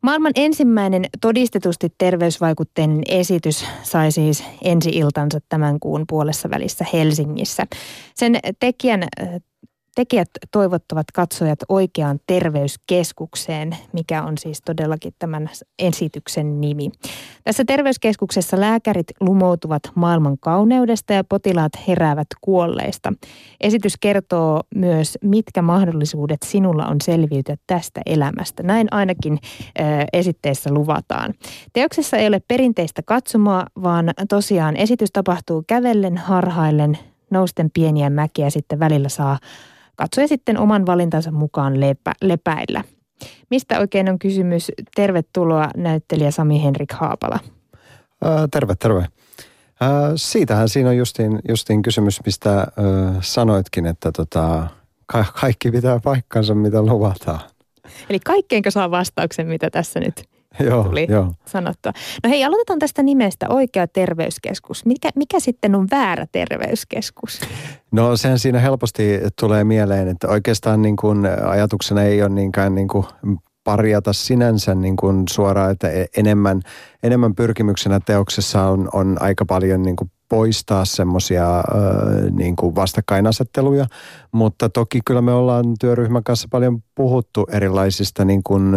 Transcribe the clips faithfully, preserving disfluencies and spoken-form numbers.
Maailman ensimmäinen todistetusti terveysvaikutteinen esitys sai siis ensi-iltansa tämän kuun puolessa välissä Helsingissä. Sen tekijän, tekijät toivottavat katsojat oikeaan terveyskeskukseen, mikä on siis todellakin tämän esityksen nimi. Tässä terveyskeskuksessa lääkärit lumoutuvat maailman kauneudesta ja potilaat heräävät kuolleista. Esitys kertoo myös, mitkä mahdollisuudet sinulla on selviytyä tästä elämästä. Näin ainakin ö, esitteessä luvataan. Teoksessa ei ole perinteistä katsomaa, vaan tosiaan esitys tapahtuu kävellen, harhaillen, nousten pieniä mäkiä, sitten välillä saa katsoja sitten oman valintansa mukaan lepä, lepäillä. Mistä oikein on kysymys? Tervetuloa näyttelijä Sami Henrik Haapala. Ää, terve, terve. Ää, siitähän siinä on justiin, justiin kysymys, mistä ää, sanoitkin, että tota, ka- kaikki pitää paikkansa, mitä luvataan. Eli kaikkeenko saa vastauksen, mitä tässä nyt joo, tuli joo. sanottua. No hei, aloitetaan tästä nimestä Oikea terveyskeskus. Mikä, mikä sitten on väärä terveyskeskus? No sehän siinä helposti tulee mieleen, että oikeastaan niin kuin ajatuksena ei ole niinkään niin kuin parjata sinänsä niin kuin suoraan, että enemmän, enemmän pyrkimyksenä teoksessa on, on aika paljon niin kuin poistaa semmoisia niin kuin vastakkainasetteluja, mutta toki kyllä me ollaan työryhmän kanssa paljon puhuttu erilaisista niin kuin,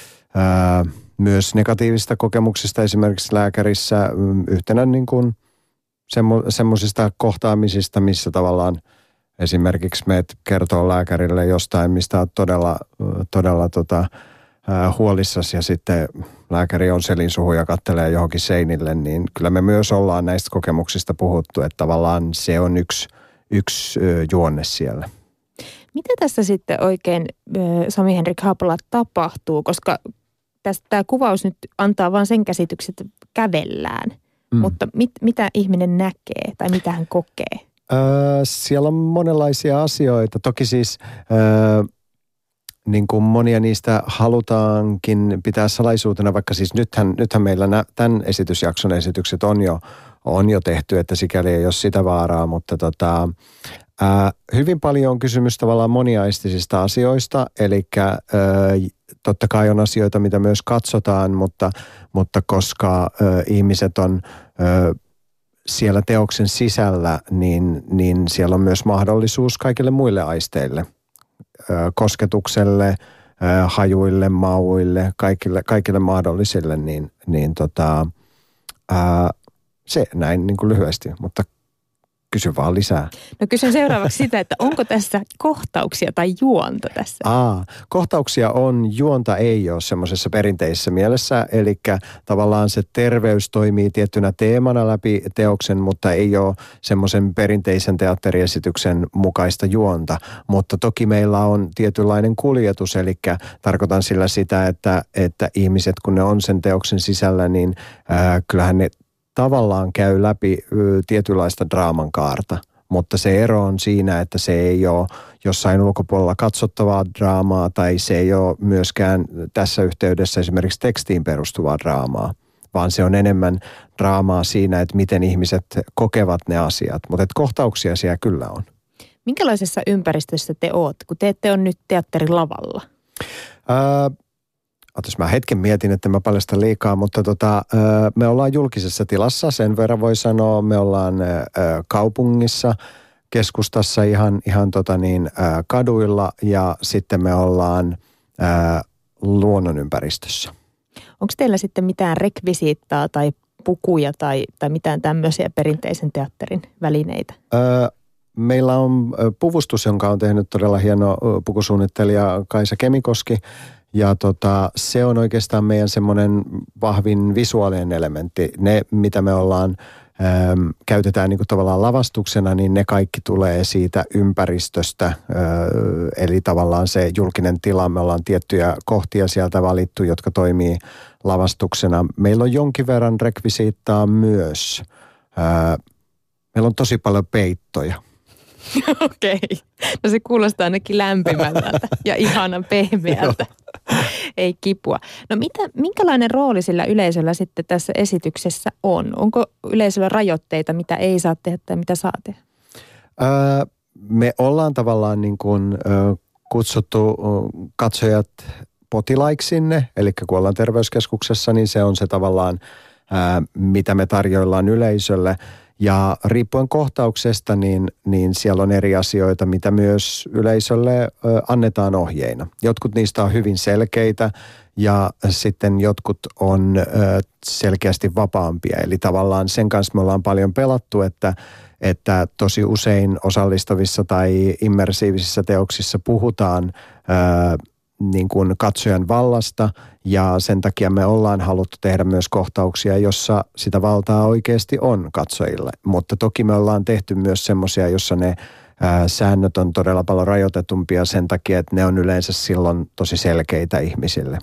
ää, myös negatiivista kokemuksista esimerkiksi lääkärissä yhtenä niin kuin semmo, semmoisista kohtaamisista, missä tavallaan esimerkiksi meet kertoo lääkärille jostain, mistä on todella, todella tota, ää, huolissasi ja sitten lääkäri on selin suhu ja kattelee johonkin seinille, niin kyllä me myös ollaan näistä kokemuksista puhuttu, että tavallaan se on yksi, yksi ö, juonne siellä. Mitä tässä sitten oikein, Sami Henrik Haapala, tapahtuu, koska tästä tämä kuvaus nyt antaa vain sen käsityksen, että kävellään, mm. mutta mit, mitä ihminen näkee tai mitä hän kokee? Öö, siellä on monenlaisia asioita. Toki siis öö, niin kuin monia niistä halutaankin pitää salaisuutena, vaikka siis nythän, nythän meillä nä, tämän esitysjakson esitykset on jo, on jo tehty, että sikäli ei ole sitä vaaraa, mutta tota, ää, hyvin paljon on kysymys tavallaan moniaistisista asioista, eli ää, totta kai on asioita, mitä myös katsotaan, mutta, mutta koska ää, ihmiset on ää, siellä teoksen sisällä, niin, niin siellä on myös mahdollisuus kaikille muille aisteille. Kosketukselle, hajuille, mauille, kaikille, kaikille mahdollisille, niin, niin tota, ää, se näin niin kuin lyhyesti, mutta kysy vaan lisää. No kysyn seuraavaksi sitä, että onko tässä kohtauksia tai juonta tässä? Aa, kohtauksia on, juonta ei ole semmoisessa perinteisessä mielessä, eli tavallaan se terveys toimii tiettynä teemana läpi teoksen, mutta ei ole semmoisen perinteisen teatteriesityksen mukaista juonta, mutta toki meillä on tietynlainen kuljetus, eli tarkoitan sillä sitä, että, että ihmiset kun ne on sen teoksen sisällä, niin ää, kyllähän ne tavallaan käy läpi tietynlaista draaman kaarta, mutta se ero on siinä, että se ei ole jossain ulkopuolella katsottavaa draamaa tai se ei ole myöskään tässä yhteydessä esimerkiksi tekstiin perustuvaa draamaa, vaan se on enemmän draamaa siinä, että miten ihmiset kokevat ne asiat, mutta kohtauksia siellä kyllä on. Minkälaisessa ympäristössä te olette, kun te ette ole nyt teatterilavalla? Ää, Otas mä hetken mietin, että mä paljastan liikaa, mutta tota, me ollaan julkisessa tilassa, sen verran voi sanoa. Me ollaan kaupungissa, keskustassa ihan, ihan tota niin, kaduilla ja sitten me ollaan luonnonympäristössä. Onko teillä sitten mitään rekvisiittaa tai pukuja tai, tai mitään tämmöisiä perinteisen teatterin välineitä? Öö, Meillä on puvustus, jonka on tehnyt todella hieno pukusuunnittelija Kaisa Kemikoski. Ja tota, se on oikeastaan meidän semmoinen vahvin visuaalinen elementti. Ne, mitä me ollaan, äm, käytetään niin kuin tavallaan lavastuksena, niin ne kaikki tulee siitä ympäristöstä. Äh, eli tavallaan se julkinen tila, me ollaan tiettyjä kohtia sieltä valittu, jotka toimii lavastuksena. Meillä on jonkin verran rekvisiittaa myös. Äh, meillä on tosi paljon peittoja. Okei. No se kuulostaa ainakin lämpimältä ja ihanan pehmeältä. Ei kipua. No mitä, minkälainen rooli sillä yleisöllä sitten tässä esityksessä on? Onko yleisöllä rajoitteita, mitä ei saa tehdä tai mitä saa tehdä? Öö, me ollaan tavallaan niin kuin ö, kutsuttu katsojat potilaiksi sinne, eli kun ollaan terveyskeskuksessa, niin se on se tavallaan, ää, mitä me tarjoillaan yleisölle. Ja riippuen kohtauksesta, niin, niin siellä on eri asioita, mitä myös yleisölle ä, annetaan ohjeina. Jotkut niistä on hyvin selkeitä ja sitten jotkut on ä, selkeästi vapaampia. Eli tavallaan sen kanssa me ollaan paljon pelattu, että, että tosi usein osallistavissa tai immersiivisissä teoksissa puhutaan ä, niin kuin katsojan vallasta ja sen takia me ollaan haluttu tehdä myös kohtauksia, jossa sitä valtaa oikeasti on katsojille. Mutta toki me ollaan tehty myös semmoisia, jossa ne ää, säännöt on todella paljon rajoitetumpia sen takia, että ne on yleensä silloin tosi selkeitä ihmisille.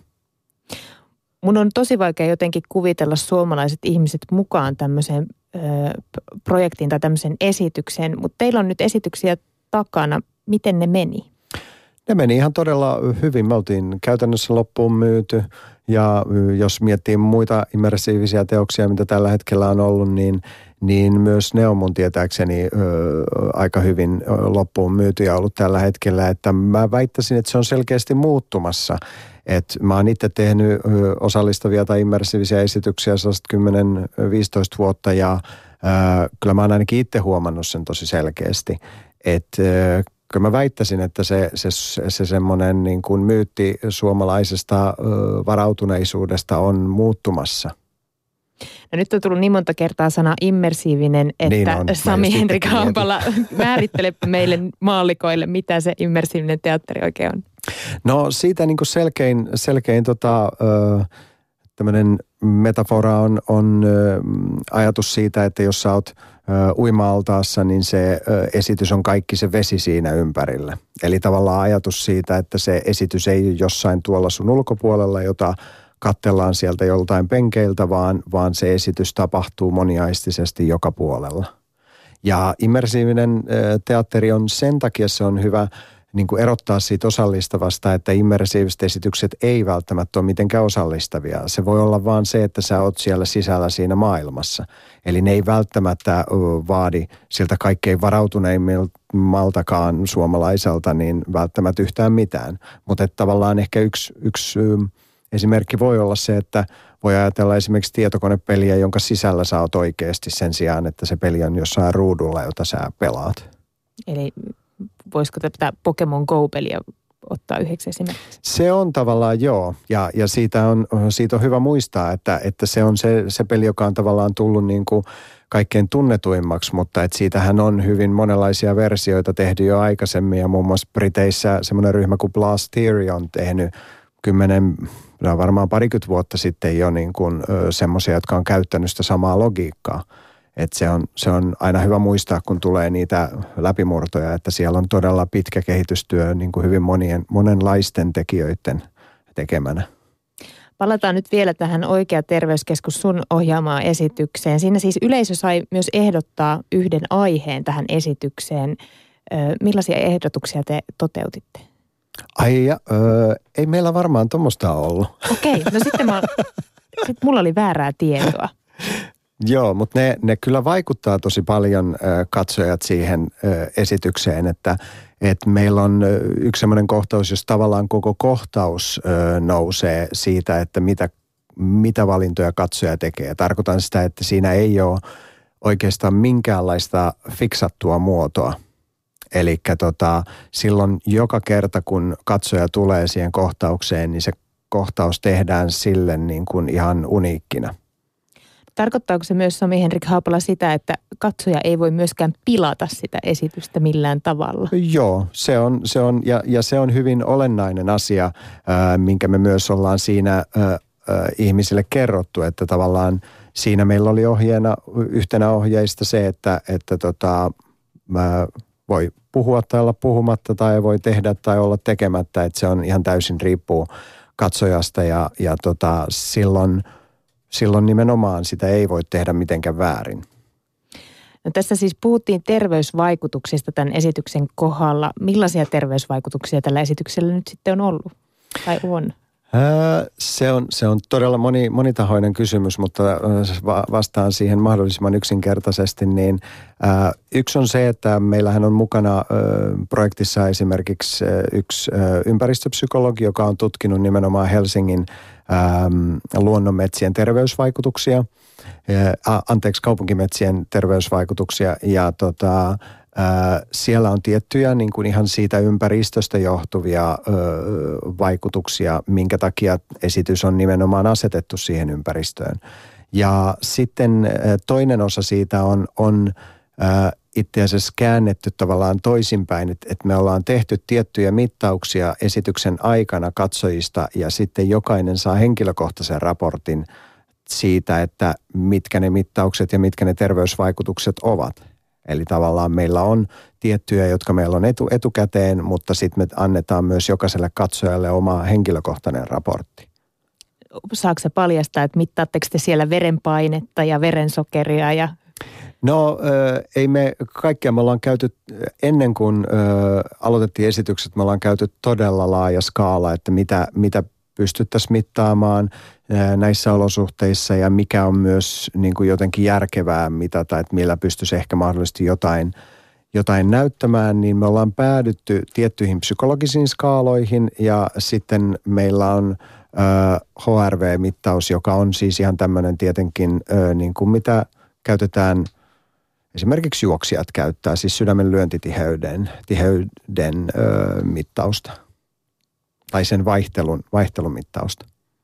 Mun on tosi vaikea jotenkin kuvitella suomalaiset ihmiset mukaan tämmöiseen ö, projektiin tai tämmöiseen esitykseen, mutta teillä on nyt esityksiä takana. Miten ne meni? Ne meni ihan todella hyvin. Me oltiin käytännössä loppuun myyty ja jos miettii muita immersiivisiä teoksia, mitä tällä hetkellä on ollut, niin, niin myös ne on mun tietääkseni ö, aika hyvin loppuun myyty ja ollut tällä hetkellä. Että mä väittäisin, että se on selkeästi muuttumassa. Et mä oon itse tehnyt ö, osallistavia tai immersiivisiä esityksiä sellaista kymmenen viisitoista vuotta ja ö, kyllä mä oon ainakin itse huomannut sen tosi selkeästi, että kyllä mä väittäisin, että se, se, se semmoinen niin kuin myytti suomalaisesta ö, varautuneisuudesta on muuttumassa. No nyt on tullut niin monta kertaa sana immersiivinen, että niin on, Sami Henrik Haapala määrittele meille maallikoille, mitä se immersiivinen teatteri oikein on. No siitä niin kuin selkein, selkein tota, ö, tämmöinen metafora on, on ö, ajatus siitä, että jos sä oot uima-altaassa, niin se esitys on kaikki se vesi siinä ympärillä. Eli tavallaan ajatus siitä, että se esitys ei ole jossain tuolla sun ulkopuolella, jota katsellaan sieltä joltain penkeiltä, vaan, vaan se esitys tapahtuu moniaistisesti joka puolella. Ja immersiivinen teatteri on sen takia se on hyvä niin kuin erottaa siitä osallistavasta, että immersiiviset esitykset ei välttämättä ole mitenkään osallistavia. Se voi olla vaan se, että sä oot siellä sisällä siinä maailmassa. Eli ne ei välttämättä vaadi siltä kaikkein varautuneimmaltakaan suomalaiselta niin välttämättä yhtään mitään. Mutta tavallaan ehkä yksi, yksi esimerkki voi olla se, että voi ajatella esimerkiksi tietokonepeliä, jonka sisällä sä oot oikeasti sen sijaan, että se peli on jossain ruudulla, jota sä pelaat. Eli voisiko tätä Pokemon Go-peliä ottaa yhdeksi esimerkiksi? Se on tavallaan joo, ja, ja siitä, on, siitä on hyvä muistaa, että, että se on se, se peli, joka on tavallaan tullut niin kuin kaikkein tunnetuimmaksi, mutta että siitähän on hyvin monenlaisia versioita tehty jo aikaisemmin, ja muun muassa Briteissä semmoinen ryhmä kuin Blast Theory on tehnyt kymmenen, no varmaan parikymmentä vuotta sitten jo niin kuin semmoisia, jotka on käyttänyt sitä samaa logiikkaa. Että se on, se on aina hyvä muistaa, kun tulee niitä läpimurtoja, että siellä on todella pitkä kehitystyö niin kuin hyvin monien, monenlaisten tekijöiden tekemänä. Palataan nyt vielä tähän Oikea terveyskeskus sun ohjaamaan esitykseen. Siinä siis yleisö sai myös ehdottaa yhden aiheen tähän esitykseen. Millaisia ehdotuksia te toteutitte? Ai ja, öö, ei meillä varmaan tuommoista ollut. Okei, no sitten mä, sit mulla oli väärää tietoa. Joo, mutta ne, ne kyllä vaikuttaa tosi paljon ö, katsojat siihen ö, esitykseen, että et meillä on ö, yksi semmoinen kohtaus, jos tavallaan koko kohtaus ö, nousee siitä, että mitä, mitä valintoja katsoja tekee. Tarkoitan sitä, että siinä ei ole oikeastaan minkäänlaista fiksattua muotoa. Eli tota, silloin joka kerta, kun katsoja tulee siihen kohtaukseen, niin se kohtaus tehdään sille niin kuin ihan uniikkina. Tarkoittaako se myös, Sami Henrik Haapala, sitä, että katsoja ei voi myöskään pilata sitä esitystä millään tavalla? Joo, se on, se on ja, ja se on hyvin olennainen asia, ää, minkä me myös ollaan siinä ää, ää, ihmisille kerrottu, että tavallaan siinä meillä oli ohjeena, yhtenä ohjeista se, että, että tota, mä voi puhua tai olla puhumatta tai voi tehdä tai olla tekemättä, että se on ihan täysin riippuu katsojasta ja, ja tota, silloin, silloin nimenomaan sitä ei voi tehdä mitenkään väärin. No tässä siis puhuttiin terveysvaikutuksista tämän esityksen kohdalla. Millaisia terveysvaikutuksia tällä esityksellä nyt sitten on ollut tai on? Se on, se on todella moni, monitahoinen kysymys, mutta vastaan siihen mahdollisimman yksinkertaisesti. Niin, ää, yksi on se, että meillähän on mukana ää, projektissa esimerkiksi ää, yksi ää, ympäristöpsykologi, joka on tutkinut nimenomaan Helsingin ää, luonnonmetsien terveysvaikutuksia, ää, anteeksi kaupunkimetsien terveysvaikutuksia ja tota, siellä on tiettyjä niin kuin ihan siitä ympäristöstä johtuvia ö, vaikutuksia, minkä takia esitys on nimenomaan asetettu siihen ympäristöön. Ja sitten toinen osa siitä on, on ö, itse asiassa käännetty tavallaan toisinpäin, että, että me ollaan tehty tiettyjä mittauksia esityksen aikana katsojista ja sitten jokainen saa henkilökohtaisen raportin siitä, että mitkä ne mittaukset ja mitkä ne terveysvaikutukset ovat. Eli tavallaan meillä on tiettyjä, jotka meillä on etu, etukäteen, mutta sitten me annetaan myös jokaiselle katsojalle oma henkilökohtainen raportti. Saako se paljastaa, että mittaatteko te siellä verenpainetta ja verensokeria? Ja... No äh, ei me kaikkea, me ollaan käyty ennen kuin äh, aloitettiin esitykset, me ollaan käyty todella laaja skaala, että mitä, mitä pystyttäisiin mittaamaan näissä olosuhteissa ja mikä on myös niin kuin jotenkin järkevää mitata, että millä pystyisi ehkä mahdollisesti jotain, jotain näyttämään, niin me ollaan päädytty tiettyihin psykologisiin skaaloihin ja sitten meillä on äh, H R V-mittaus, joka on siis ihan tämmöinen tietenkin äh, niin kuin mitä käytetään, esimerkiksi juoksijat käyttää, siis sydämen lyöntitiheyden tiheyden, äh, mittausta tai sen vaihtelun, vaihtelumittausta.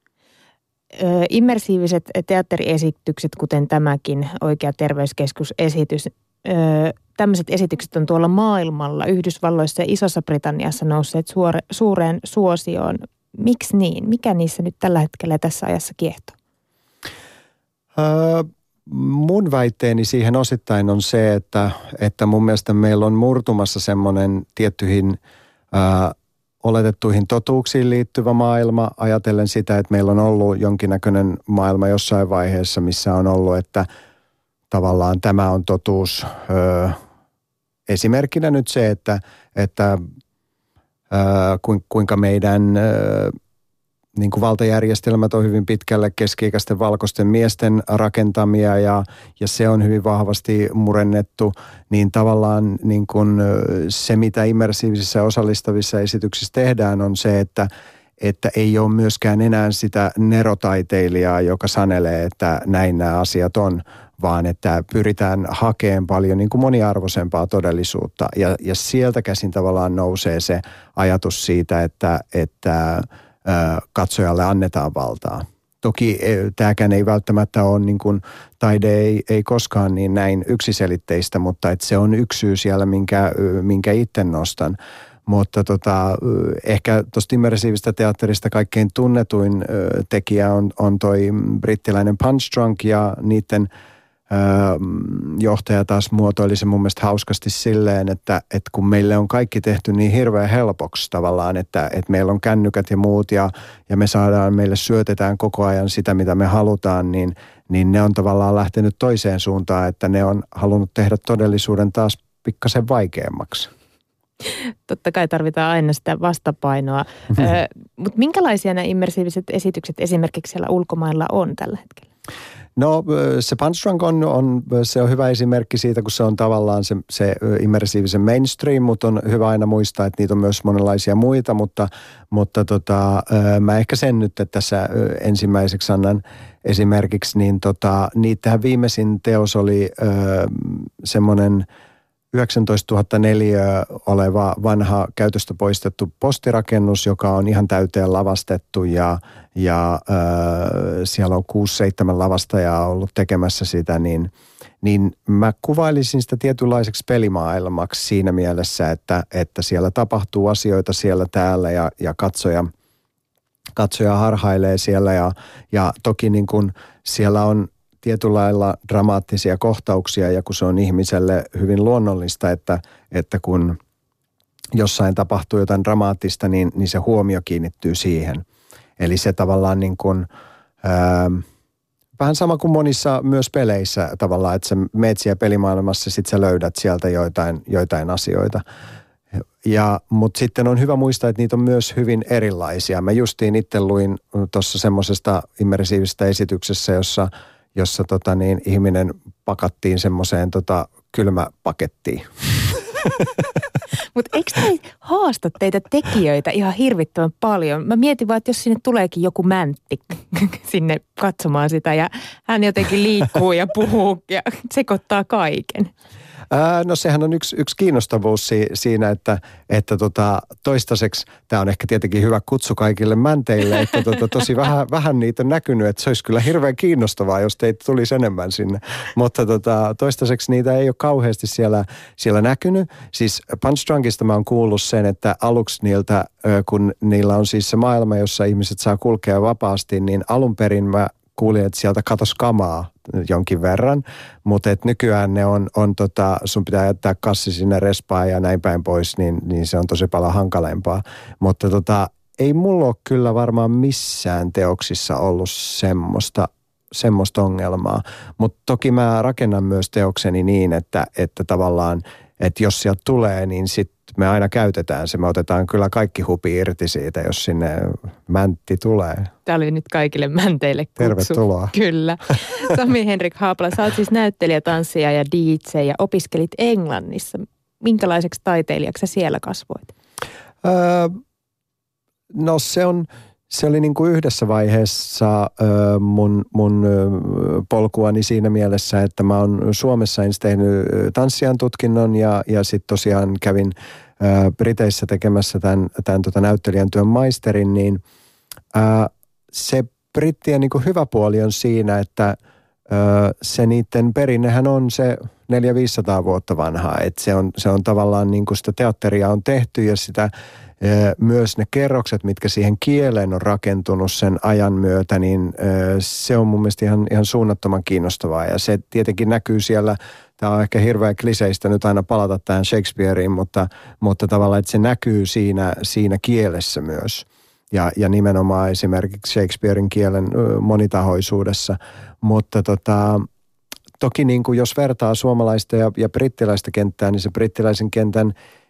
Immersiiviset teatteriesitykset, kuten tämäkin Oikea terveyskeskusesitys, tämmöiset esitykset on tuolla maailmalla, Yhdysvalloissa ja Isossa Britanniassa nousseet suore, suureen suosioon. Miksi niin? Mikä niissä nyt tällä hetkellä tässä ajassa kiehtoo? Öö, mun väitteeni siihen osittain on se, että, että mun mielestä meillä on murtumassa semmoinen tiettyihin öö, oletettuihin totuuksiin liittyvä maailma, ajatellen sitä, että meillä on ollut jonkinnäköinen maailma jossain vaiheessa, missä on ollut, että tavallaan tämä on totuus. Öö, esimerkkinä nyt se, että, että öö, kuinka meidän öö, niin kuin valtajärjestelmät on hyvin pitkälle keski-ikäisten valkoisten miesten rakentamia ja, ja se on hyvin vahvasti murennettu, niin tavallaan niin kuin se, mitä immersiivisissä osallistavissa esityksissä tehdään, on se, että, että ei ole myöskään enää sitä nerotaiteilijaa, joka sanelee, että näin nämä asiat on, vaan että pyritään hakemaan paljon niin kuin moniarvoisempaa todellisuutta ja, ja sieltä käsin tavallaan nousee se ajatus siitä, että, että katsojalle annetaan valtaa. Toki tämäkään ei välttämättä ole, niin kuin, taide ei, ei koskaan niin näin yksiselitteistä, mutta että se on yksi syy siellä, minkä, minkä itse nostan. Mutta tota, ehkä tuosta immersiivistä teatterista kaikkein tunnetuin tekijä on, on toi brittiläinen Punch Drunk ja niiden johtaja taas muotoili se mun mielestä hauskasti silleen, että, että kun meille on kaikki tehty niin hirveän helpoksi tavallaan, että, että meillä on kännykät ja muut ja, ja me saadaan, meille syötetään koko ajan sitä, mitä me halutaan, niin, niin ne on tavallaan lähtenyt toiseen suuntaan, että ne on halunnut tehdä todellisuuden taas pikkasen vaikeammaksi. Totta kai tarvitaan aina sitä vastapainoa, mutta minkälaisia nämä immersiiviset esitykset esimerkiksi siellä ulkomailla on tällä hetkellä? No se Punch Drunk on, on, se on hyvä esimerkki siitä, kun se on tavallaan se, se immersiivisen mainstream, mutta on hyvä aina muistaa, että niitä on myös monenlaisia muita, mutta, mutta tota, mä ehkä sen nyt, että tässä ensimmäiseksi annan esimerkiksi, niin tota, niitähän viimeisin teos oli ö, semmoinen yhdeksäntoistatuhatta neliötä oleva vanha käytöstä poistettu postirakennus, joka on ihan täyteen lavastettu ja, ja äh, siellä on kuusi seitsemän lavastajaa ollut tekemässä sitä, niin, niin mä kuvailisin sitä tietynlaiseksi pelimaailmaksi siinä mielessä, että, että siellä tapahtuu asioita siellä täällä ja, ja katsoja, katsoja harhailee siellä ja, ja toki niin kun siellä on tietyllä lailla dramaattisia kohtauksia ja kun se on ihmiselle hyvin luonnollista, että, että kun jossain tapahtuu jotain dramaattista, niin, niin se huomio kiinnittyy siihen. Eli se tavallaan niin kuin, ää, vähän sama kuin monissa myös peleissä tavallaan, että sä meet siellä pelimaailmassa, sit sä löydät sieltä joitain, joitain asioita. ja, mutta sitten on hyvä muistaa, että niitä on myös hyvin erilaisia. Mä justiin itse luin tuossa semmoisesta immersiivisestä esityksessä, jossa, jossa tota niin, ihminen pakattiin semmoiseen tota kylmäpakettiin. Mutta eikö tämä haasta teitä tekijöitä ihan hirvittävän paljon? Mä mietin vaan, että jos sinne tuleekin joku mäntti sinne katsomaan sitä ja hän jotenkin liikkuu ja puhuu ja sekoittaa kaiken. Ää, no sehän on yksi, yksi kiinnostavuus si, siinä, että, että tota, toistaiseksi, tämä on ehkä tietenkin hyvä kutsu kaikille mänteille, että tota, tosi vähän, vähän niitä on näkynyt, että se olisi kyllä hirveän kiinnostavaa, jos teitä tulisi enemmän sinne. Mutta tota, toistaiseksi niitä ei ole kauheasti siellä, siellä näkynyt. Siis Punch Drunkista mä oon kuullut sen, että aluksi niiltä, kun niillä on siis se maailma, jossa ihmiset saa kulkea vapaasti, niin alun perin mä kuulin, että sieltä katosi kamaa jonkin verran, mutta et nykyään ne on, on tota, sun pitää jättää kassi sinne respaan ja näin päin pois, niin, niin se on tosi paljon hankalempaa. Mutta tota, ei mulla ole kyllä varmaan missään teoksissa ollut semmoista, semmoista ongelmaa, mutta toki mä rakennan myös teokseni niin, että, että tavallaan, että jos sieltä tulee, niin sitten me aina käytetään se. Me otetaan kyllä kaikki hupi irti siitä, jos sinne mäntti tulee. Tämä oli nyt kaikille mänteille kutsu. Tervetuloa. Kyllä. Sami Henrik Haapala, sä oot siis näyttelijä, tanssija ja D J ja opiskelit Englannissa. Minkälaiseksi taiteilijaksi sä siellä kasvoit? Öö, no se on... Se oli niin kuin yhdessä vaiheessa ö, mun, mun ö, polkuani siinä mielessä, että mä oon Suomessa ensin tehnyt tanssijan tutkinnon ja, ja sitten tosiaan kävin ö, Briteissä tekemässä tämän, tämän tota näyttelijän työn maisterin, niin ö, se brittien niin kuin hyvä puoli on siinä, että ö, se niiden perinnehän on se neljä viisisataa vuotta vanhaa, että se on, se on tavallaan niin kuin sitä teatteria on tehty ja sitä myös ne kerrokset, mitkä siihen kieleen on rakentunut sen ajan myötä, niin se on mun mielestä ihan, ihan suunnattoman kiinnostavaa. Ja se tietenkin näkyy siellä, tämä on ehkä hirveän kliseistä nyt aina palata tähän Shakespeareen, mutta, mutta tavallaan, että se näkyy siinä, siinä kielessä myös. Ja, ja nimenomaan esimerkiksi Shakespearen kielen monitahoisuudessa. Mutta tota, toki niin kuin jos vertaa suomalaista ja, ja brittiläistä kenttää, niin se brittiläisen kentän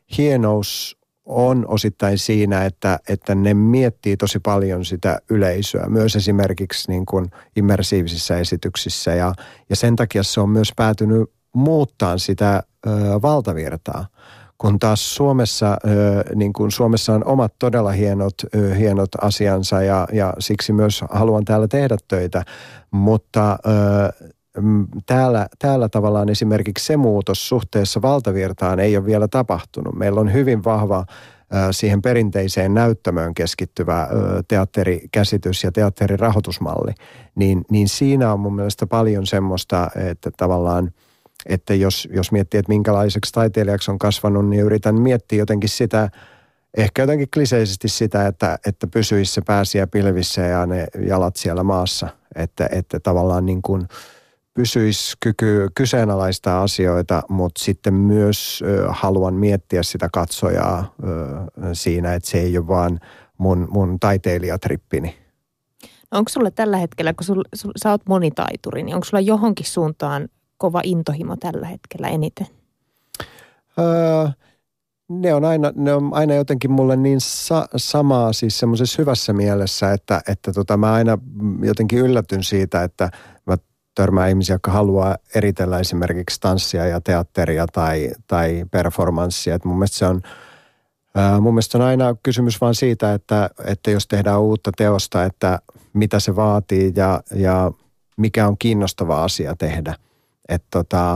hienous on osittain siinä, että, että ne miettii tosi paljon sitä yleisöä, myös esimerkiksi niin kuin immersiivisissä esityksissä ja, ja sen takia se on myös päätynyt muuttaa sitä ö, valtavirtaa. Kun taas Suomessa, ö, niin kuin Suomessa on omat todella hienot, ö, hienot asiansa ja, ja siksi myös haluan täällä tehdä töitä, mutta ö, Täällä, täällä tavallaan esimerkiksi se muutos suhteessa valtavirtaan ei ole vielä tapahtunut. Meillä on hyvin vahva äh, siihen perinteiseen näyttämöön keskittyvä äh, teatterikäsitys ja teatterirahoitusmalli. Niin, niin siinä on mun mielestä paljon semmoista, että tavallaan, että jos, jos miettii, että minkälaiseksi taiteilijaksi on kasvanut, niin yritän miettiä jotenkin sitä, ehkä jotenkin kliseisesti sitä, että, että pysyisi se pääsiä pilvissä ja ne jalat siellä maassa. Että, että tavallaan niin kuin pysyisi kyky kyseenalaistaa asioita, mutta sitten myös ö, haluan miettiä sitä katsojaa ö, siinä, että se ei ole vaan mun, mun taiteilijatrippini. No onko sulla tällä hetkellä, kun sul, sul, sä oot monitaituri, niin onko sulla johonkin suuntaan kova intohimo tällä hetkellä eniten? Öö, ne, on aina, ne on aina jotenkin mulle niin sa, samaa siis semmoisessa hyvässä mielessä, että, että tota, mä aina jotenkin yllätyn siitä, että mä törmää ihmisiä, jotka haluaa eritellä esimerkiksi tanssia ja teatteria tai, tai performanssia. Et mun mielestä se on, ää, mun mielestä on aina kysymys vaan siitä, että, että jos tehdään uutta teosta, että mitä se vaatii ja, ja mikä on kiinnostava asia tehdä. Et tota,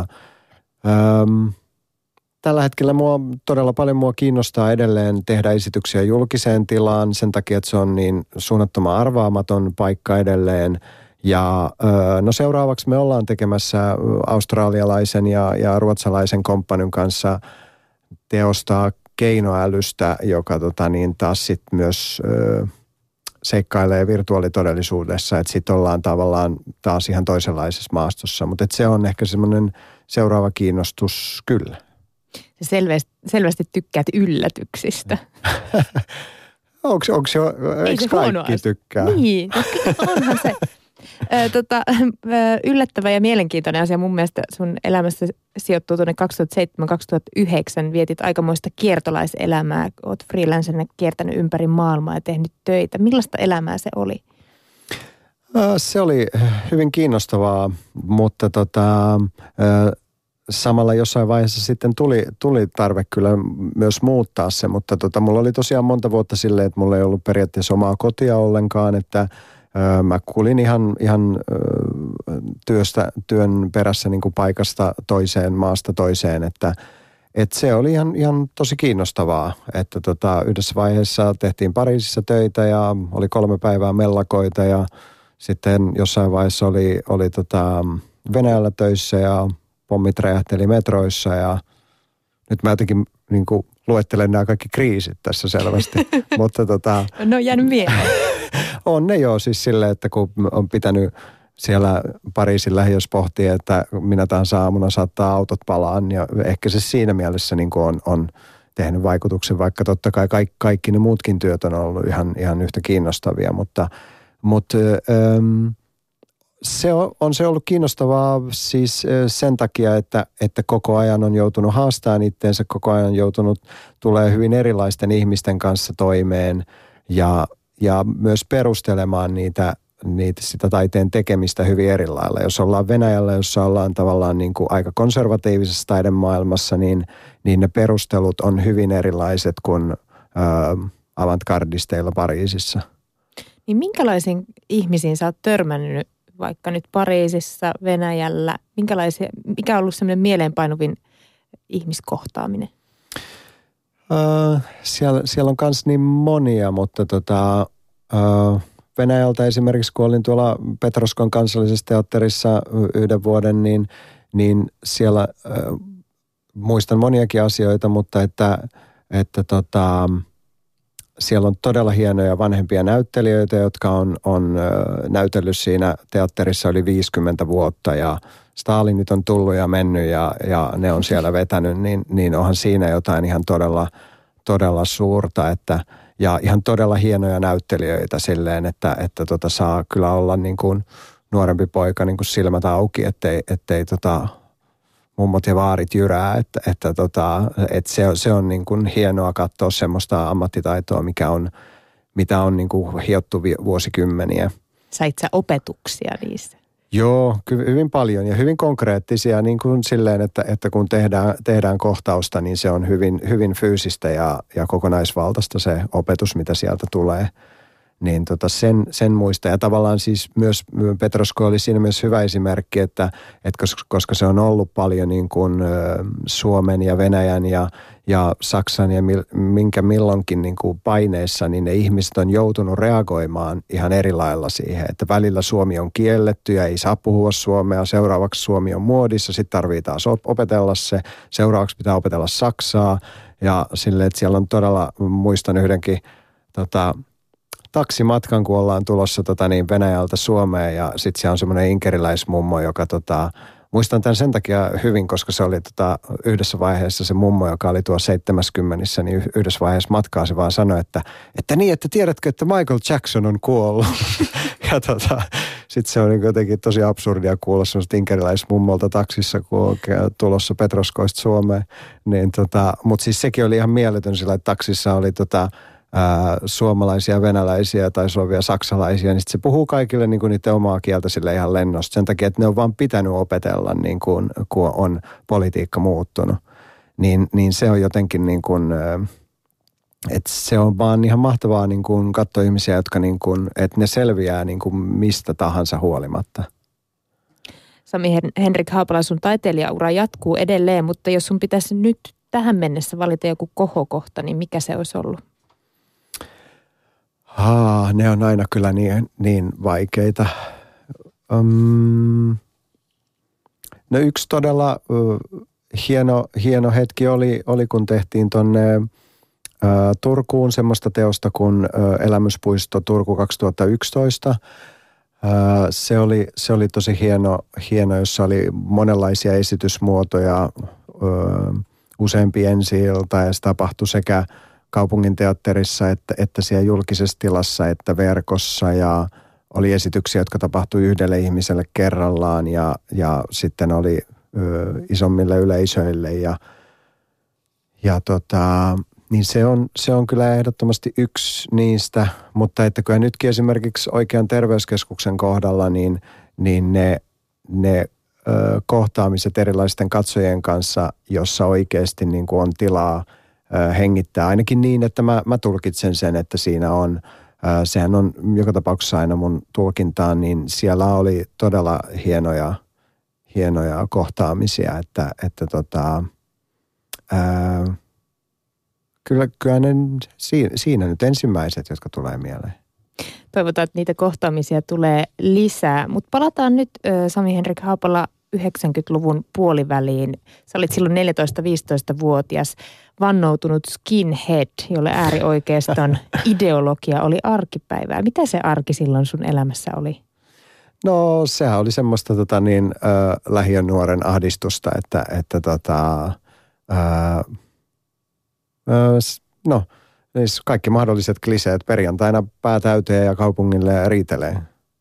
äm, tällä hetkellä mua todella paljon mua kiinnostaa edelleen tehdä esityksiä julkiseen tilaan sen takia, että se on niin suunnattoman arvaamaton paikka edelleen. Ja no seuraavaksi me ollaan tekemässä australialaisen ja, ja ruotsalaisen komppanin kanssa teosta keinoälystä, joka tota, niin taas sit myös ö, seikkailee virtuaalitodellisuudessa, että sitten ollaan tavallaan taas ihan toisenlaisessa maastossa, mutta se on ehkä semmoinen seuraava kiinnostus kyllä. Selvästi, selvästi tykkäät yllätyksistä. Onko, onko se, eikö kaikki tykkää? Niin, onhan se. tota, yllättävä ja mielenkiintoinen asia mun mielestä sun elämässä sijoittuu tuonne kaksituhattaseitsemän kaksituhattayhdeksän. Vietit aikamoista kiertolaiselämää. Oot freelancerina kiertänyt ympäri maailmaa ja tehnyt töitä. Millaista elämää se oli? Se oli hyvin kiinnostavaa, mutta tota, samalla jossain vaiheessa sitten tuli, tuli tarve kyllä myös muuttaa se, mutta tota, mulla oli tosiaan monta vuotta silleen, että mulla ei ollut periaatteessa omaa kotia ollenkaan, että ö, mä kulin ihan, ihan ö, työstä, työn perässä niin kuin paikasta toiseen, maasta toiseen, että et se oli ihan, ihan tosi kiinnostavaa, että tota, yhdessä vaiheessa tehtiin Pariisissa töitä ja oli kolme päivää mellakoita ja sitten jossain vaiheessa oli, oli tota Venäjällä töissä ja pommit räjähteli metroissa ja nyt mä jotenkin niin kuin luettelen nämä kaikki kriisit tässä selvästi. Mutta tota, no on jäänyt mieleen. On ne joo siis silleen, että kun on pitänyt siellä Pariisin lähiössä pohtia, että minä tahansa aamuna saattaa autot palaa, niin ehkä se siinä mielessä niin kuin on, on tehnyt vaikutuksen, vaikka totta kai kaikki, kaikki ne muutkin työt on ollut ihan, ihan yhtä kiinnostavia, mutta Mutta se on, on se ollut kiinnostavaa siis sen takia, että, että koko ajan on joutunut haastamaan itteensä, koko ajan joutunut tulee hyvin erilaisten ihmisten kanssa toimeen ja, ja myös perustelemaan niitä, niitä, sitä taiteen tekemistä hyvin eri lailla. Jos ollaan Venäjällä, jossa ollaan tavallaan niin kuin aika konservatiivisessa taidemaailmassa, niin, niin ne perustelut on hyvin erilaiset kuin ää, avantgardisteilla Pariisissa. Niin minkälaisiin ihmisiin sä oot törmännyt vaikka nyt Pariisissa, Venäjällä? Minkälaisia, mikä on ollut semmoinen mieleenpainuvin ihmiskohtaaminen? Äh, siellä, siellä on myös niin monia, mutta tota, äh, Venäjältä esimerkiksi kun olin tuolla Petroskon kansallisessa teatterissa yhden vuoden, niin, niin siellä äh, muistan moniakin asioita, mutta että, että tota, siellä on todella hienoja vanhempia näyttelijöitä, jotka on, on näytellyt siinä teatterissa yli viisikymmentä vuotta ja Stalinit on tullut ja mennyt ja, ja ne on siellä vetänyt, niin, niin onhan siinä jotain ihan todella, todella suurta, että ja ihan todella hienoja näyttelijöitä silleen, että, että tota saa kyllä olla niin kuin nuorempi poika niin kuin silmät auki, ettei, ettei tota mummot ja vaarit jyrää, että, että, tota, että se, se on niin kuin hienoa katsoa semmoista ammattitaitoa, mikä on, mitä on niin kuin hiottu vuosikymmeniä. Sait sä opetuksia niissä? Joo, hyvin paljon ja hyvin konkreettisia niin kuin silleen, että, että kun tehdään, tehdään kohtausta, niin se on hyvin, hyvin fyysistä ja, ja kokonaisvaltaista se opetus, mitä sieltä tulee. Niin tota sen, sen muista. Ja tavallaan siis myös Petrosko oli siinä myös hyvä esimerkki, että, että koska se on ollut paljon niin kuin Suomen ja Venäjän ja, ja Saksan ja mil, minkä milloinkin niin kuin paineissa, niin ne ihmiset on joutunut reagoimaan ihan eri lailla siihen. Että välillä Suomi on kielletty ja ei saa puhua suomea, seuraavaksi Suomi on muodissa, sitten tarvitsee taas opetella se, seuraavaksi pitää opetella saksaa ja silleen, että siellä on todella, muistan yhdenkin tota, taksimatkan, kun ollaan tulossa tota, niin Venäjältä Suomeen ja sitten siellä on semmoinen inkeriläismummo, joka tota, muistan tämän sen takia hyvin, koska se oli tota, yhdessä vaiheessa se mummo, joka oli tuo seitsemänkymmentä, niin yhdessä vaiheessa matkaa se vaan sanoi, että, että niin, että tiedätkö, että Michael Jackson on kuollut. ja tota, sitten se oli jotenkin tosi absurdia kuulla semmoista inkeriläismummolta taksissa, kun on tulossa Petroskoista Suomeen. Niin, tota, mutta siis sekin oli ihan mieletön sillä, että taksissa oli tota, Ää, suomalaisia, venäläisiä tai vielä saksalaisia, niin sitten se puhuu kaikille niin kuin niiden omaa kieltä sille ihan lennosta. Sen takia, että ne on vaan pitänyt opetella, niin kuin, kun on politiikka muuttunut. Niin, niin se on jotenkin niin kuin, että se on vaan ihan mahtavaa niin kuin katsoa ihmisiä, jotka niin kuin, että ne selviää niin kuin mistä tahansa huolimatta. Sami Henrik Haapala, sun taiteilijaura jatkuu edelleen, mutta jos sun pitäisi nyt tähän mennessä valita joku kohokohta, niin mikä se olisi ollut? Haa, ne on aina kyllä niin, niin vaikeita. Um, no yksi todella uh, hieno, hieno hetki oli, oli kun tehtiin tonne uh, Turkuun semmoista teosta kuin uh, Elämyspuisto Turku kaksituhattayksitoista. Uh, se, oli, se oli tosi hieno, hieno, jossa oli monenlaisia esitysmuotoja, uh, useampi ensi-ilta ja se tapahtui sekä kaupungin teatterissa, että, että siellä julkisessa tilassa, että verkossa ja oli esityksiä, jotka tapahtui yhdelle ihmiselle kerrallaan ja, ja sitten oli ö, isommille yleisöille ja, ja tota, niin se on, se on kyllä ehdottomasti yksi niistä, mutta että kyllä nytkin esimerkiksi oikean terveyskeskuksen kohdalla niin, niin ne, ne ö, kohtaamiset erilaisten katsojien kanssa, jossa oikeasti niin kuin on tilaa ö, hengittää, ainakin niin, että mä, mä tulkitsen sen, että siinä on sehän on joka tapauksessa aina mun tulkintaan, niin siellä oli todella hienoja, hienoja kohtaamisia, että, että tota, ää, kyllä, kyllä ne siinä, siinä nyt ensimmäiset, jotka tulee mieleen. Toivotaan, että niitä kohtaamisia tulee lisää, mutta palataan nyt Sami-Henrik Haapala yhdeksänkymmentäluvun puoliväliin. Sä olit silloin neljätoista-viisitoista-vuotias vannoutunut skinhead, jolle äärioikeiston ideologia oli arkipäivää. Mitä se arki silloin sun elämässä oli? No sehän oli semmoista tota niin, äh, lähiönuoren ahdistusta, että, että tota, äh, äh, no kaikki mahdolliset kliseet perjantaina pää täyteen ja kaupungille riitelee.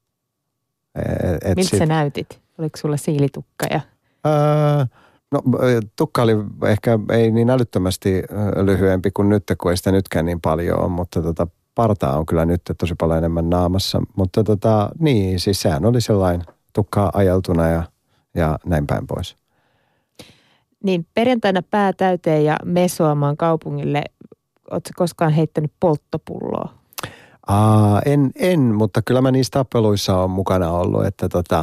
Et Miltä sit... sä näytit? Oliko sulla siilitukka ja... Öö, no tukka oli ehkä ei niin älyttömästi lyhyempi kuin nyt, kun ei sitä nytkään niin paljon ole, mutta tota, partaa on kyllä nyt tosi paljon enemmän naamassa. Mutta tota, niin, siis sehän oli sellainen tukkaa ajeltuna ja, ja näin päin pois. Niin, perjantaina pää täyteen ja mesoamaan kaupungille. Ootko koskaan heittänyt polttopulloa? Aa, en, en, mutta kyllä mä niissä tappeluissa on mukana ollut, että tota...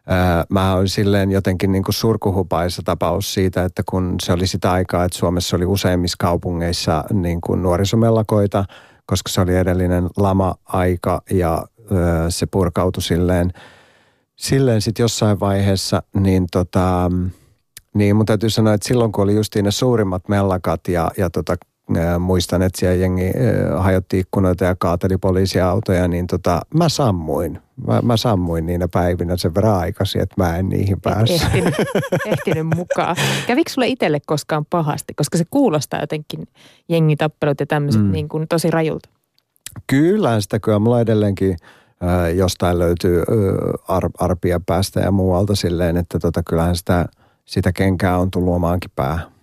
Mä olin silleen jotenkin niin kuin surkuhupaisa tapaus siitä, että kun se oli sitä aikaa, että Suomessa oli useimmissa kaupungeissa niin kuin nuorisomellakoita, koska se oli edellinen lama-aika ja se purkautui silleen, silleen sitten jossain vaiheessa, niin tota, niin mun täytyy sanoa, että silloin kun oli justiin ne suurimmat mellakat ja, ja tota, muistan, että siellä jengi hajotti ikkunoita ja kaateli poliisiautoja, niin tota, mä sammuin. Mä, mä sammuin niinä päivinä sen verran aikaisin, että mä en niihin päässyt. Ehtinyt, ehtinyt mukaan. Kävikö sulle itselle koskaan pahasti? Koska se kuulostaa jotenkin jengitappelut ja tämmöiset mm. niin kuin tosi rajulta. Kyllä, sitä kyllä mulla edelleenkin äh, jostain löytyy äh, ar, arpia päästä ja muualta silleen, että tota, kyllähän sitä, sitä kenkää on tullut omaankin päähän.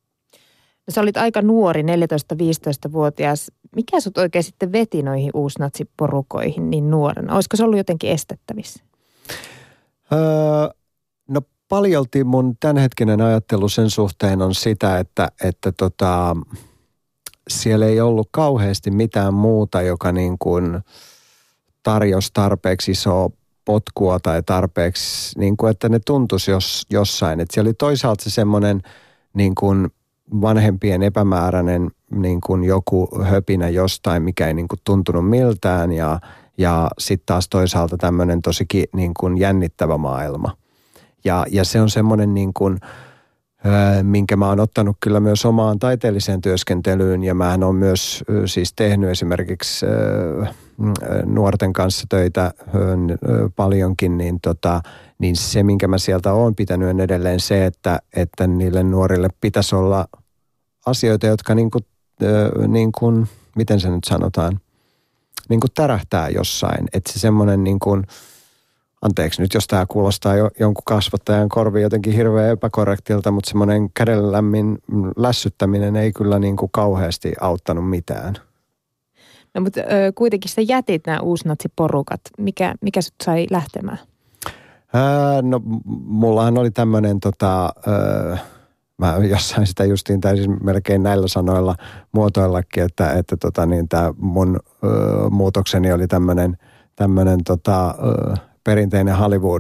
No, sä olit aika nuori, neljätoista-viisitoista-vuotias. Mikä sut oikein sitten veti noihin uusnatsiporukoihin niin nuorena? Olisiko se ollut jotenkin estettävissä? Öö, no paljolti mun tämänhetkinen ajattelu sen suhteen on sitä, että, että tota, siellä ei ollut kauheasti mitään muuta, joka niin kuin tarjosi tarpeeksi isoa potkua tai tarpeeksi, niin kuin, että ne tuntuisi jos, jossain. Että siellä oli toisaalta se semmoinen niin kuin vanhempien epämääräinen niin kuin joku höpinä jostain, mikä ei niin kuin tuntunut miltään ja, ja sitten taas toisaalta tämmöinen tosikin niin kuin jännittävä maailma. Ja, ja se on semmoinen niin kuin, ö, minkä mä oon ottanut kyllä myös omaan taiteelliseen työskentelyyn ja mähän on myös ö, siis tehnyt esimerkiksi ö, nuorten kanssa töitä ö, ö, paljonkin, niin tota, niin se, minkä mä sieltä oon pitänyt, on edelleen se, että, että niille nuorille pitäisi olla asioita, jotka niin kuin, äh, niin kuin, miten se nyt sanotaan, niin kuin tärähtää jossain. Että se semmoinen niin kuin, anteeksi nyt, jos tämä kuulostaa jo, jonkun kasvattajan korviin jotenkin hirveän epäkorrektilta, mutta semmoinen kädenlämmin lässyttäminen ei kyllä niin kuin kauheasti auttanut mitään. No mutta ö, kuitenkin sä jätit nämä uusnatsiporukat. Mikä, mikä sut sai lähtemään? Ää, no mullahan oli tämmöinen, tota, mä jossain sitä justiin täysin melkein näillä sanoilla muotoillakin, että, että tota, niin tämä mun ö, muutokseni oli tämmöinen, tämmöinen tota, ö, perinteinen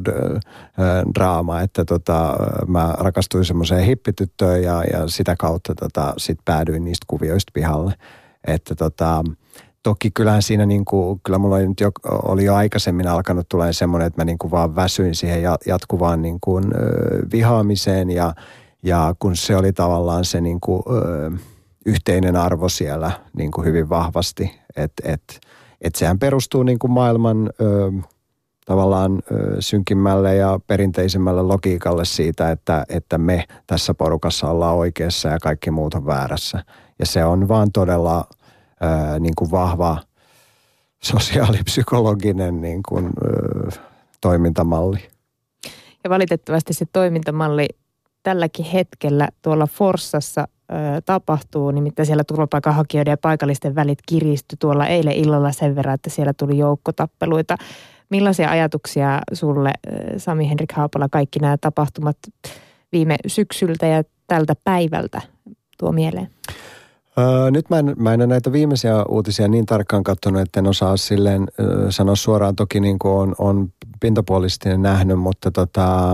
Hollywood-draama, että tota, mä rakastuin semmoiseen hippityttöön ja, ja sitä kautta tota, sit päädyin niistä kuvioista pihalle, että tota... Toki kyllähän siinä niin kuin, kyllä mulla oli, nyt jo, oli jo aikaisemmin alkanut tulemaan semmoinen, että mä niin kuin vaan väsyin siihen jatkuvaan niin kuin, ö, vihaamiseen ja, ja kun se oli tavallaan se niin kuin, ö, yhteinen arvo siellä niin kuin hyvin vahvasti, että et, et sehän perustuu niin kuin maailman ö, tavallaan ö, synkimmälle ja perinteisemmälle logiikalle siitä, että, että me tässä porukassa ollaan oikeassa ja kaikki muut on väärässä ja se on vaan todella... Ää, niin kuin vahva, sosiaalipsykologinen niin kuin, ö, toimintamalli. Ja valitettavasti se toimintamalli tälläkin hetkellä tuolla Forssassa ö, tapahtuu, nimittäin siellä turvapaikanhakijoiden ja paikallisten välit kiristyi tuolla eilen illalla sen verran, että siellä tuli joukkotappeluita. Millaisia ajatuksia sulle, Sami Henrik Haapala, kaikki nämä tapahtumat viime syksyltä ja tältä päivältä tuo mieleen? Öö, nyt mä en, mä en ole näitä viimeisiä uutisia niin tarkkaan katsonut, että en osaa silleen öö, sanoa suoraan. Toki niin kuin on, on pintapuolisesti nähnyt, mutta tota,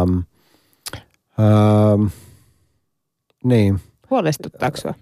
öö, niin. Huolestuttaako sinua?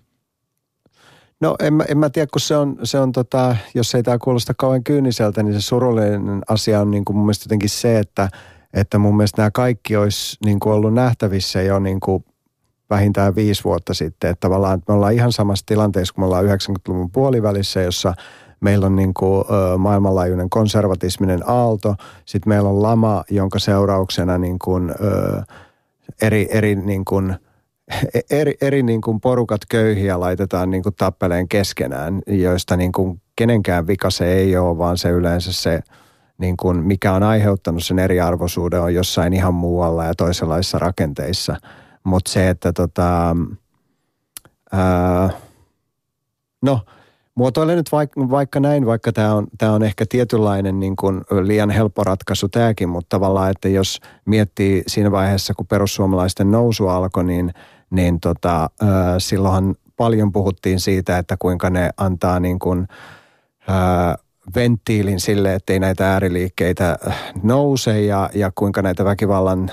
No en mä, en mä tiedä, kun se on, se on tota, jos ei tämä kuulosta kauhean kyyniseltä, niin se surullinen asia on niin kuin mun mielestä jotenkin se, että, että mun mielestä nämä kaikki olisi niin kuin ollut nähtävissä jo niin kuin vähintään viisi vuotta sitten. Että tavallaan että me ollaan ihan samassa tilanteessa, kun me ollaan yhdeksänkymmentäluvun puolivälissä, jossa meillä on niin kuin, ö, maailmanlaajuinen konservatisminen aalto. Sitten meillä on lama, jonka seurauksena niin kuin, ö, eri, eri niin kuin, Eri, eri niin kuin porukat köyhiä laitetaan niin kuin tappeleen keskenään, joista niin kuin kenenkään vika se ei ole, vaan se yleensä se, niin kuin mikä on aiheuttanut sen eriarvoisuuden, on jossain ihan muualla ja toisenlaisissa rakenteissa. Mutta se, että tota, ää, no muotoilen nyt vaikka, vaikka näin, vaikka tämä on, tää on ehkä tietynlainen niin kuin liian helppo ratkaisu tämäkin, mutta tavallaan, että jos miettii siinä vaiheessa, kun perussuomalaisten nousu alkoi, niin, niin tota, ää, silloinhan paljon puhuttiin siitä, että kuinka ne antaa niin kuin, ää, venttiilin sille, ettei näitä ääriliikkeitä nouse ja, ja kuinka näitä väkivallan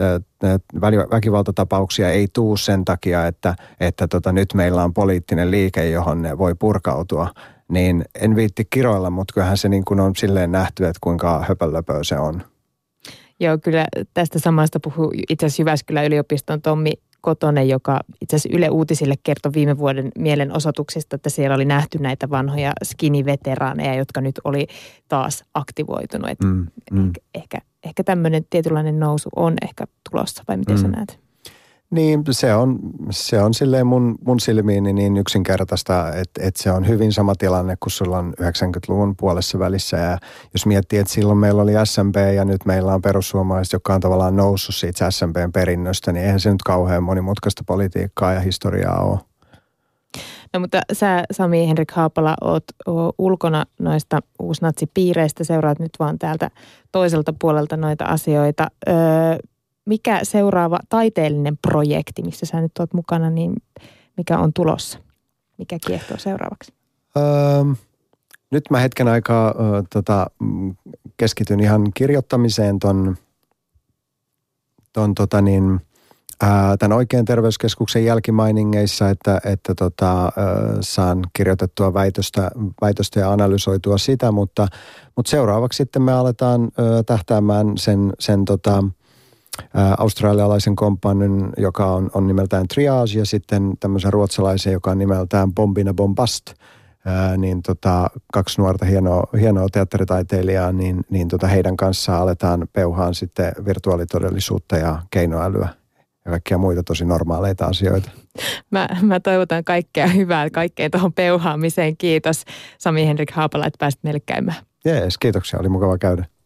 väkivaltatapauksia ei tuu sen takia, että, että tota, nyt meillä on poliittinen liike, johon ne voi purkautua, niin en viitti kiroilla, mutta kyllähän se niin kuin on silleen nähty, että kuinka höpölöpöä se on. Joo, kyllä tästä samasta puhui itse asiassa Jyväskylän yliopiston Tommi Kotonen, joka itse asiassa Yle Uutisille kertoi viime vuoden mielenosoituksista, että siellä oli nähty näitä vanhoja skinny-veteraaneja, jotka nyt oli taas aktivoitunut. Mm, mm. Ehkä, ehkä, ehkä tämmöinen tietynlainen nousu on ehkä tulossa, vai miten mm. sä näet? Niin, se on, se on silleen mun, mun silmiini niin yksinkertaista, että, että se on hyvin sama tilanne kuin sulla on yhdeksänkymmentäluvun puolessa välissä. Ja jos miettii, että silloin meillä oli S M P ja nyt meillä on perussuomalaiset, joka on tavallaan noussut siitä S M P:n perinnöstä, niin eihän se nyt kauhean monimutkaista politiikkaa ja historiaa ole. No mutta sä, Sami Henrik Haapala, oot, oot ulkona noista uusnatsipiireistä, seuraat nyt vaan täältä toiselta puolelta noita asioita. Öö, Mikä seuraava taiteellinen projekti, missä sä nyt oot mukana, niin mikä on tulossa? Mikä kiehtoo seuraavaksi? Öö, nyt mä hetken aikaa ö, tota, keskityn ihan kirjoittamiseen ton, ton tota niin, ää, tämän Oikean terveyskeskuksen jälkimainingeissa, että, että tota, ö, saan kirjoitettua väitöstä, väitöstä ja analysoitua sitä, mutta, mutta seuraavaksi sitten me aletaan ö, tähtäämään sen, sen tota, australialaisen komppanin, joka on, on nimeltään Triage, ja sitten tämmöisen ruotsalaisen, joka on nimeltään Bombina Bombast, ää, niin tota, kaksi nuorta hienoa, hienoa teatteritaiteilijaa, niin, niin tota heidän kanssaan aletaan peuhaan sitten virtuaalitodellisuutta ja keinoälyä ja kaikkia muita tosi normaaleita asioita. Mä, mä toivotan kaikkea hyvää, kaikkeen tuohon peuhaamiseen. Kiitos Sami Henrik Haapala, että pääsit meille käymään. Jees, kiitoksia. Oli mukava käydä.